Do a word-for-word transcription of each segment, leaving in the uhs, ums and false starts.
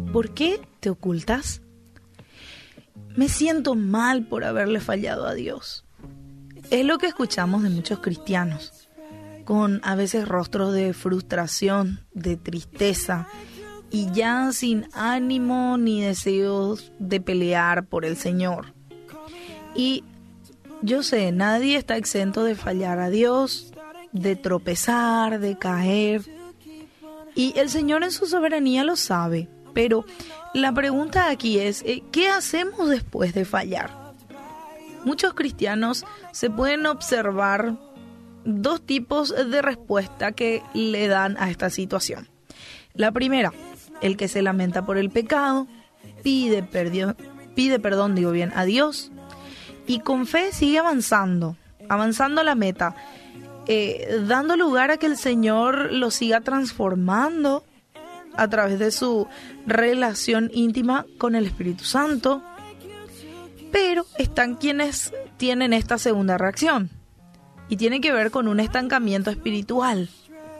¿Por qué te ocultas? Me siento mal por haberle fallado a Dios. Es lo que escuchamos de muchos cristianos, con a veces rostros de frustración, de tristeza, y ya sin ánimo ni deseos de pelear por el Señor. Y yo sé, nadie está exento de fallar a Dios, de tropezar, de caer. Y el Señor en su soberanía lo sabe. Pero la pregunta aquí es, ¿qué hacemos después de fallar? Muchos cristianos se pueden observar dos tipos de respuesta que le dan a esta situación. La primera, el que se lamenta por el pecado, pide, perdio, pide perdón, digo bien, a Dios, y con fe sigue avanzando, avanzando a la meta, eh, dando lugar a que el Señor lo siga transformando a través de su relación íntima con el Espíritu Santo. Pero están quienes tienen esta segunda reacción y tiene que ver con un estancamiento espiritual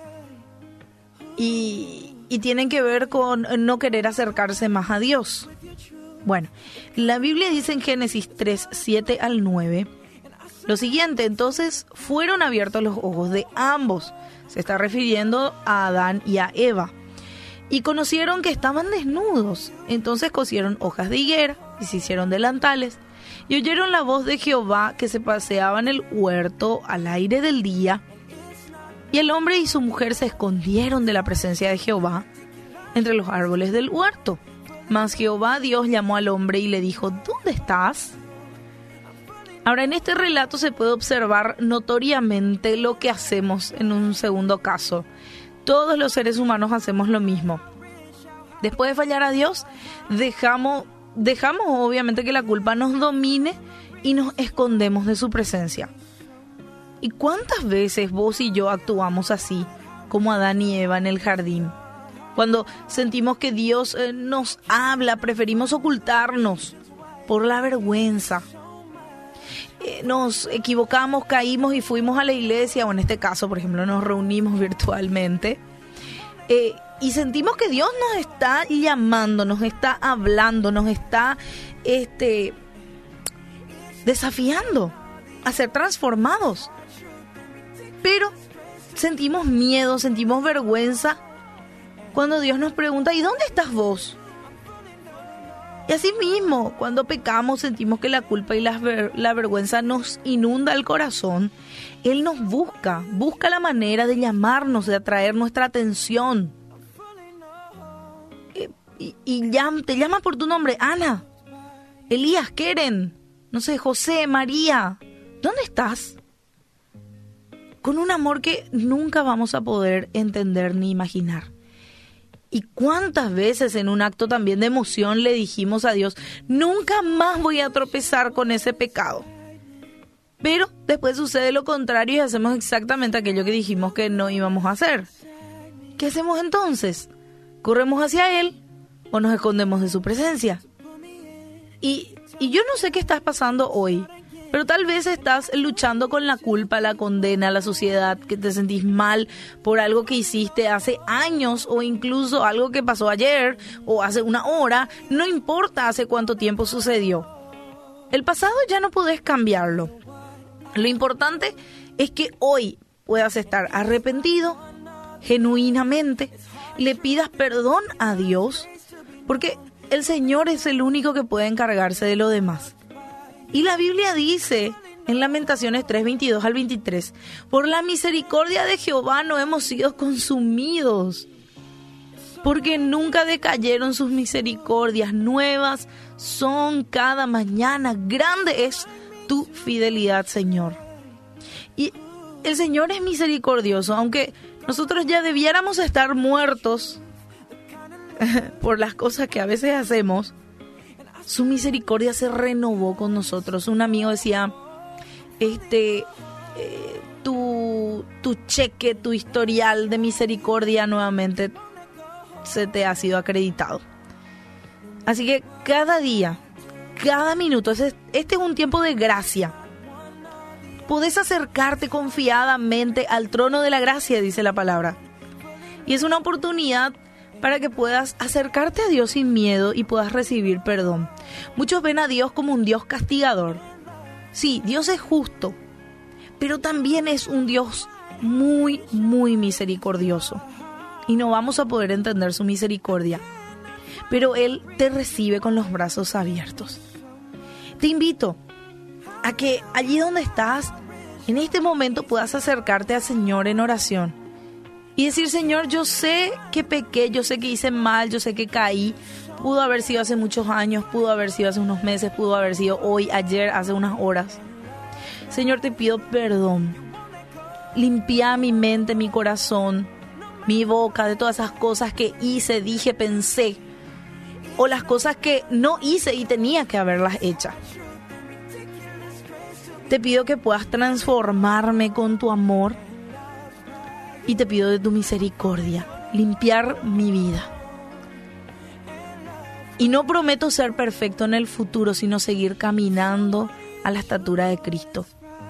y, y tienen que ver con no querer acercarse más a Dios. Bueno, la Biblia dice en Génesis tres, siete al nueve lo siguiente: entonces fueron abiertos los ojos de ambos, se está refiriendo a Adán y a Eva, y conocieron que estaban desnudos. Entonces cosieron hojas de higuera y se hicieron delantales, y oyeron la voz de Jehová que se paseaba en el huerto al aire del día. Y el hombre y su mujer se escondieron de la presencia de Jehová entre los árboles del huerto. Mas Jehová Dios llamó al hombre y le dijo: ¿dónde estás? Ahora, en este relato se puede observar notoriamente lo que hacemos en un segundo caso. Todos los seres humanos hacemos lo mismo. Después de fallar a Dios, dejamos, dejamos obviamente que la culpa nos domine y nos escondemos de su presencia. ¿Y cuántas veces vos y yo actuamos así, como Adán y Eva en el jardín? Cuando sentimos que Dios eh, nos habla, preferimos ocultarnos por la vergüenza. Eh, nos equivocamos, caímos y fuimos a la iglesia, o en este caso, por ejemplo, nos reunimos virtualmente, eh, y sentimos que Dios nos está llamando, nos está hablando, nos está este, desafiando a ser transformados. Pero sentimos miedo, sentimos vergüenza cuando Dios nos pregunta: ¿y dónde estás vos? Y así mismo, cuando pecamos, sentimos que la culpa y la, ver- la vergüenza nos inunda el corazón. Él nos busca, busca la manera de llamarnos, de atraer nuestra atención. Eh, y y llama, te llama por tu nombre: Ana, Elías, Keren, no sé, José, María. ¿Dónde estás? Con un amor que nunca vamos a poder entender ni imaginar. ¿Y cuántas veces en un acto también de emoción le dijimos a Dios: nunca más voy a tropezar con ese pecado? Pero después sucede lo contrario y hacemos exactamente aquello que dijimos que no íbamos a hacer. ¿Qué hacemos entonces? ¿Corremos hacia Él o nos escondemos de su presencia? Y, y yo no sé qué estás pasando hoy, pero tal vez estás luchando con la culpa, la condena, la suciedad, que te sentís mal por algo que hiciste hace años o incluso algo que pasó ayer o hace una hora. No importa hace cuánto tiempo sucedió. El pasado ya no podés cambiarlo. Lo importante es que hoy puedas estar arrepentido, genuinamente, le pidas perdón a Dios, porque el Señor es el único que puede encargarse de lo demás. Y la Biblia dice en Lamentaciones tres, veintidós al veintitrés: por la misericordia de Jehová no hemos sido consumidos, porque nunca decayeron sus misericordias, nuevas son cada mañana, grande es tu fidelidad, Señor. Y el Señor es misericordioso, aunque nosotros ya debiéramos estar muertos por las cosas que a veces hacemos. Su misericordia se renovó con nosotros. Un amigo decía, este, eh, tu, tu cheque, tu historial de misericordia nuevamente se te ha sido acreditado. Así que cada día, cada minuto, este, este es un tiempo de gracia. Podés acercarte confiadamente al trono de la gracia, dice la palabra. Y es una oportunidad para que puedas acercarte a Dios sin miedo y puedas recibir perdón. Muchos ven a Dios como un Dios castigador. Sí, Dios es justo, pero también es un Dios muy, muy misericordioso. Y no vamos a poder entender su misericordia, pero Él te recibe con los brazos abiertos. Te invito a que allí donde estás, en este momento puedas acercarte al Señor en oración y decir: Señor, yo sé que pequé, yo sé que hice mal, yo sé que caí. Pudo haber sido hace muchos años, pudo haber sido hace unos meses, pudo haber sido hoy, ayer, hace unas horas. Señor, te pido perdón. Limpia mi mente, mi corazón, mi boca de todas esas cosas que hice, dije, pensé, o las cosas que no hice y tenía que haberlas hechas. Te pido que puedas transformarme con tu amor y te pido de tu misericordia limpiar mi vida. Y no prometo ser perfecto en el futuro, sino seguir caminando a la estatura de Cristo.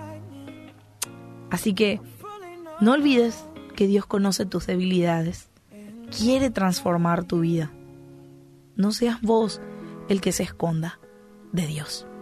Así que no olvides que Dios conoce tus debilidades, quiere transformar tu vida. No seas vos el que se esconda de Dios.